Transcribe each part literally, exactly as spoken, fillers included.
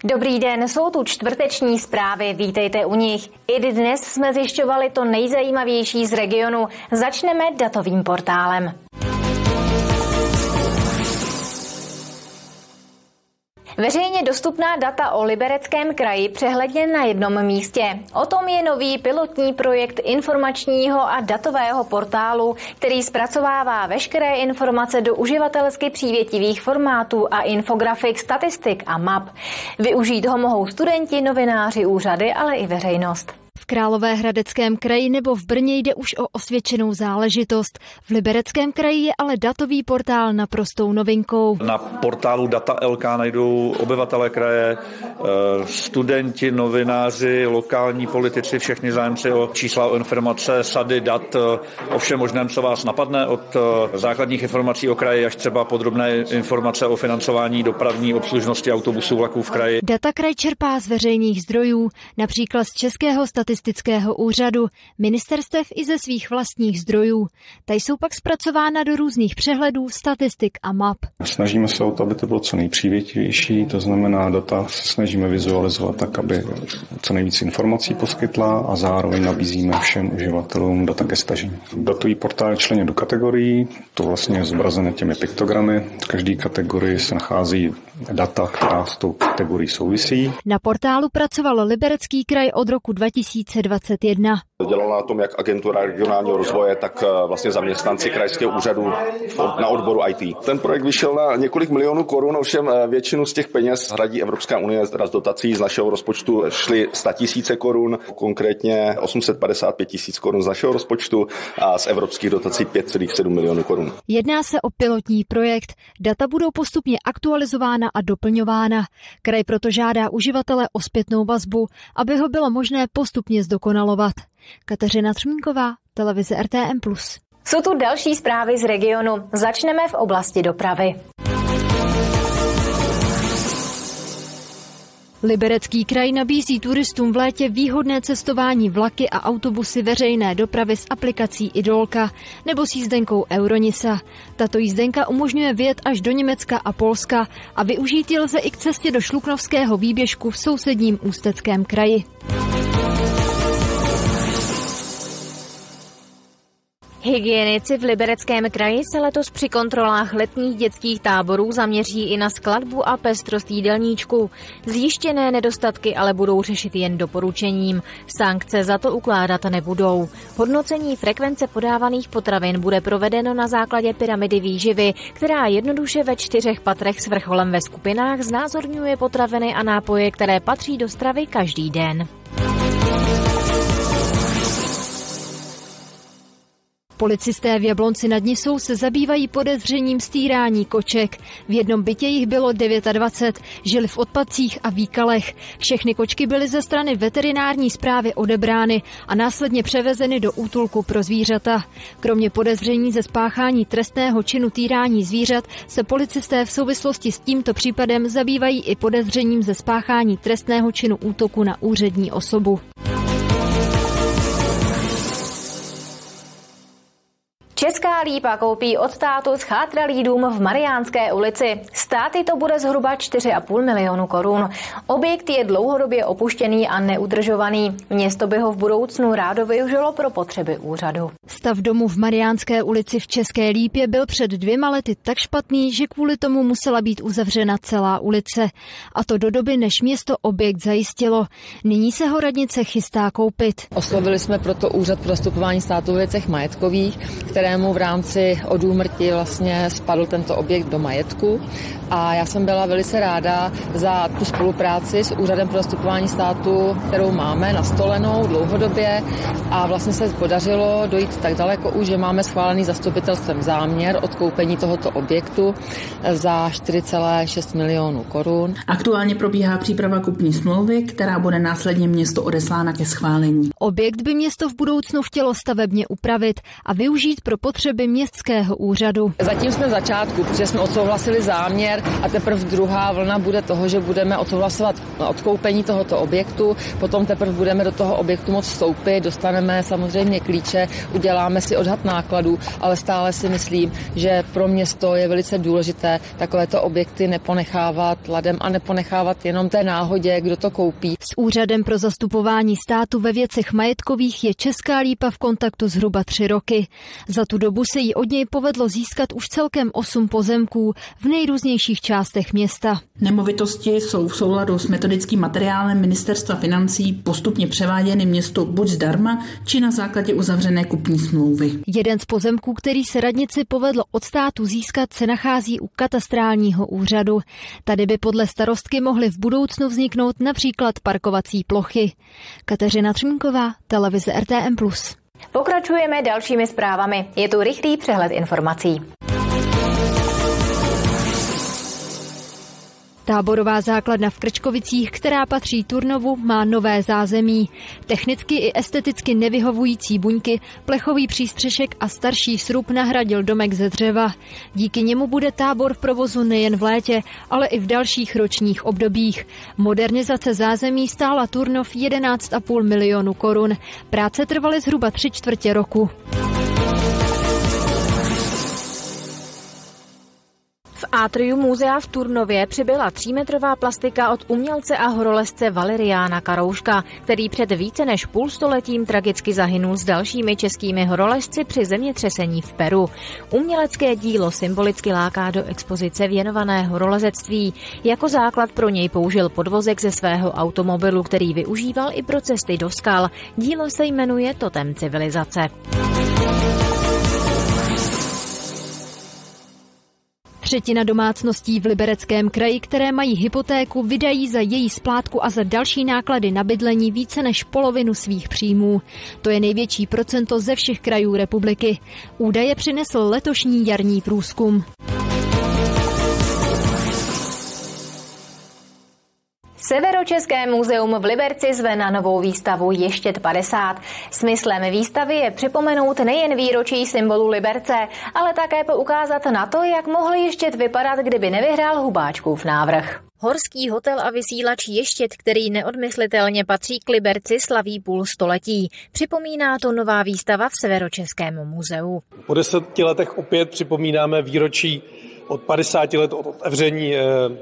Dobrý den, jsou tu čtvrteční zprávy, vítejte u nich. I dnes jsme zjišťovali to nejzajímavější z regionu. Začneme datovým portálem. Veřejně dostupná data o Libereckém kraji přehledně na jednom místě. O tom je nový pilotní projekt informačního a datového portálu, který zpracovává veškeré informace do uživatelsky přívětivých formátů a infografik, statistik a map. Využít ho mohou studenti, novináři, úřady, ale i veřejnost. V Královéhradeckém kraji nebo v Brně jde už o osvědčenou záležitost. V Libereckém kraji je ale datový portál naprostou novinkou. Na portálu Data tečka el ká najdou obyvatelé kraje, studenti, novináři, lokální politici, všichni zájemci o čísla, o informace, sady dat, o všem možném, co vás napadne, od základních informací o kraji až třeba podrobné informace o financování dopravní obslužnosti autobusů, vlaků v kraji. Data kraj čerpá z veřejných zdrojů, například z Českého statistického úřadu, ministerstev i ze svých vlastních zdrojů. Ta jsou pak zpracována do různých přehledů, statistik a map. Snažíme se o to, aby to bylo co nejpřívětivější, to znamená data se snažíme vizualizovat tak, aby co nejvíc informací poskytla a zároveň nabízíme všem uživatelům data ke stažení. Datový portál je členěn do kategorií, to vlastně je zobrazené těmi piktogramy. V každé kategorii se nachází data, která s tou kategorií souvisí. Na portálu pracoval Liberecký kraj od roku dva tisíce dvacet jedna. Dělala na tom jak agentura regionálního rozvoje, tak vlastně zaměstnanci krajského úřadu na odboru í té. Ten projekt vyšel na několik milionů korun, ovšem většinu z těch peněz hradí Evropská unie, teda z dotací z našeho rozpočtu šly sto tisíce korun, konkrétně osm set padesát pět tisíc korun z našeho rozpočtu a z evropských dotací pět celá sedm milionů korun. Jedná se o pilotní projekt. Data budou postupně aktualizována a doplňována. Kraj proto žádá uživatele o zpětnou vazbu, aby ho bylo možné postupně zdokonalovat. Kateřina Třmínková, televize er té em plus. Jsou tu další zprávy z regionu. Začneme v oblasti dopravy. Liberecký kraj nabízí turistům v létě výhodné cestování vlaky a autobusy veřejné dopravy s aplikací Idolka nebo s jízdenkou Euronisa. Tato jízdenka umožňuje vjet až do Německa a Polska a využít ji lze i k cestě do Šluknovského výběžku v sousedním Ústeckém kraji. Hygienici v Libereckém kraji se letos při kontrolách letních dětských táborů zaměří i na skladbu a pestrost jídelníčku. Zjištěné nedostatky ale budou řešit jen doporučením. Sankce za to ukládat nebudou. Hodnocení frekvence podávaných potravin bude provedeno na základě pyramidy výživy, která jednoduše ve čtyřech patrech s vrcholem ve skupinách znázorňuje potraviny a nápoje, které patří do stravy každý den. Policisté v Jablonci nad Nisou se zabývají podezřením z týrání koček. V jednom bytě jich bylo dvacet devět, žili v odpadcích a výkalech. Všechny kočky byly ze strany veterinární správy odebrány a následně převezeny do útulku pro zvířata. Kromě podezření ze spáchání trestného činu týrání zvířat se policisté v souvislosti s tímto případem zabývají i podezřením ze spáchání trestného činu útoku na úřední osobu. Česká Lípa koupí od státu zchátralý dům v Mariánské ulici. Státy to bude zhruba čtyři a půl milionu korun. Objekt je dlouhodobě opuštěný a neudržovaný. Město by ho v budoucnu rádo využilo pro potřeby úřadu. Stav domu v Mariánské ulici v České Lípě byl před dvěma lety tak špatný, že kvůli tomu musela být uzavřena celá ulice. A to do doby, než město objekt zajistilo. Nyní se ho radnice chystá koupit. Oslovili jsme proto úřad pro zastupování státu v věcech majetkových, které v rámci od úmrtí vlastně spadl tento objekt do majetku a já jsem byla velice ráda za tu spolupráci s úřadem pro zastupování státu, kterou máme nastolenou dlouhodobě a vlastně se podařilo dojít tak daleko už, že máme schválený zastupitelstvem záměr odkoupení tohoto objektu za čtyři celá šest milionů korun. Aktuálně probíhá příprava kupní smlouvy, která bude následně město odeslána ke schválení. Objekt by město v budoucnu chtělo stavebně upravit a využít pro potřeby potřeby městského úřadu. Zatím jsme v začátku, protože jsme odsouhlasili záměr a teprve druhá vlna bude toho, že budeme odsouhlasovat odkoupení tohoto objektu, potom teprve budeme do toho objektu moct vstoupit, dostaneme samozřejmě klíče, uděláme si odhad nákladů, ale stále si myslím, že pro město je velice důležité takovéto objekty neponechávat ladem a neponechávat jenom té náhodě, kdo to koupí. S Úřadem pro zastupování státu ve věcech majetkových je Česká Lípa v kontaktu zhruba tři roky. Za tu dobu se jí od něj povedlo získat už celkem osm pozemků v nejrůznějších částech města. Nemovitosti jsou v souladu s metodickým materiálem Ministerstva financí postupně převáděny městu buď zdarma, či na základě uzavřené kupní smlouvy. Jeden z pozemků, který se radnici povedlo od státu získat, se nachází u katastrálního úřadu. Tady by podle starostky mohly v budoucnu vzniknout například parkovací plochy. Kateřina Třmínková, televize R T M plus. Pokračujeme dalšími zprávami. Je tu rychlý přehled informací. Táborová základna v Krčkovicích, která patří Turnovu, má nové zázemí. Technicky i esteticky nevyhovující buňky, plechový přístřešek a starší srub nahradil domek ze dřeva. Díky němu bude tábor v provozu nejen v létě, ale i v dalších ročních obdobích. Modernizace zázemí stála Turnov jedenáct a půl milionu korun. Práce trvaly zhruba tři čtvrtě roku. V atriu muzea v Turnově přibyla třímetrová plastika od umělce a horolezce Valeriána Karouška, který před více než půlstoletím tragicky zahynul s dalšími českými horolezci při zemětřesení v Peru. Umělecké dílo symbolicky láká do expozice věnované horolezectví. Jako základ pro něj použil podvozek ze svého automobilu, který využíval i pro cesty do skal. Dílo se jmenuje Totem civilizace. Třetina domácností v Libereckém kraji, které mají hypotéku, vydají za její splátku a za další náklady na bydlení více než polovinu svých příjmů. To je největší procento ze všech krajů republiky. Údaje přinesl letošní jarní průzkum. Severočeské muzeum v Liberci zve na novou výstavu Ještěd padesát. Smyslem výstavy je připomenout nejen výročí symbolu Liberce, ale také poukázat na to, jak mohl Ještěd vypadat, kdyby nevyhrál Hubáčkův návrh. Horský hotel a vysílač Ještěd, který neodmyslitelně patří k Liberci, slaví půl století. Připomíná to nová výstava v Severočeském muzeu. Po deseti letech opět připomínáme výročí od padesáti let od otevření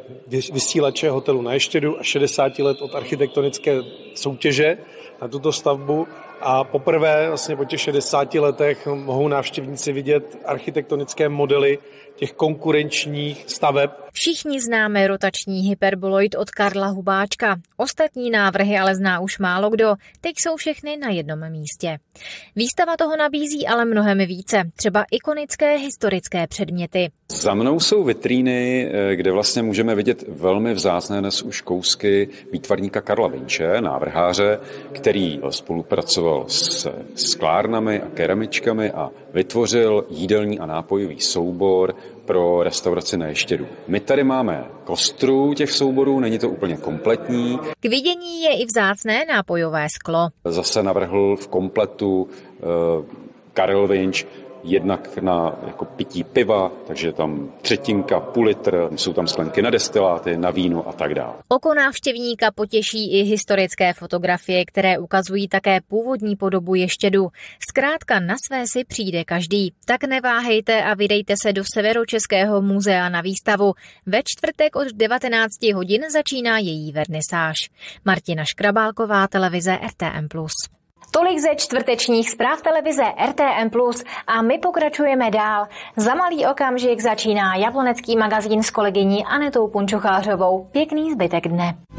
vysílače hotelu na Ještědu a šedesáti let od architektonické soutěže na tuto stavbu. A poprvé vlastně po těch šedesáti letech mohou návštěvníci vidět architektonické modely těch konkurenčních staveb. Všichni známe rotační hyperboloid od Karla Hubáčka. Ostatní návrhy ale zná už málo kdo. Teď jsou všechny na jednom místě. Výstava toho nabízí ale mnohem více. Třeba ikonické historické předměty. Za mnou jsou vitríny, kde vlastně můžeme vidět velmi vzácné dnes už kousky výtvarníka Karla Vinče, návrháře, který spolupracoval s sklárnami a keramičkami a vytvořil jídelní a nápojový soubor pro restauraci na Ještědu. My tady máme kostru těch souborů, není to úplně kompletní. K vidění je i vzácné nápojové sklo. Zase navrhl v kompletu uh, Karel Vinč jednak na jako pití piva, takže tam třetinka, půl litr, jsou tam sklenky na destiláty, na víno a tak dále. Oko návštěvníka potěší i historické fotografie, které ukazují také původní podobu Ještědu. Zkrátka na své si přijde každý. Tak neváhejte a vydejte se do Severočeského muzea na výstavu. Ve čtvrtek od devatenácti hodin začíná její vernisáž. Martina Škrabálková, televize R T M plus. Tolik ze čtvrtečních zpráv televize R T M plus a my pokračujeme dál. Za malý okamžik začíná Jablonecký magazín s kolegyní Anetou Punčuchářovou. Pěkný zbytek dne.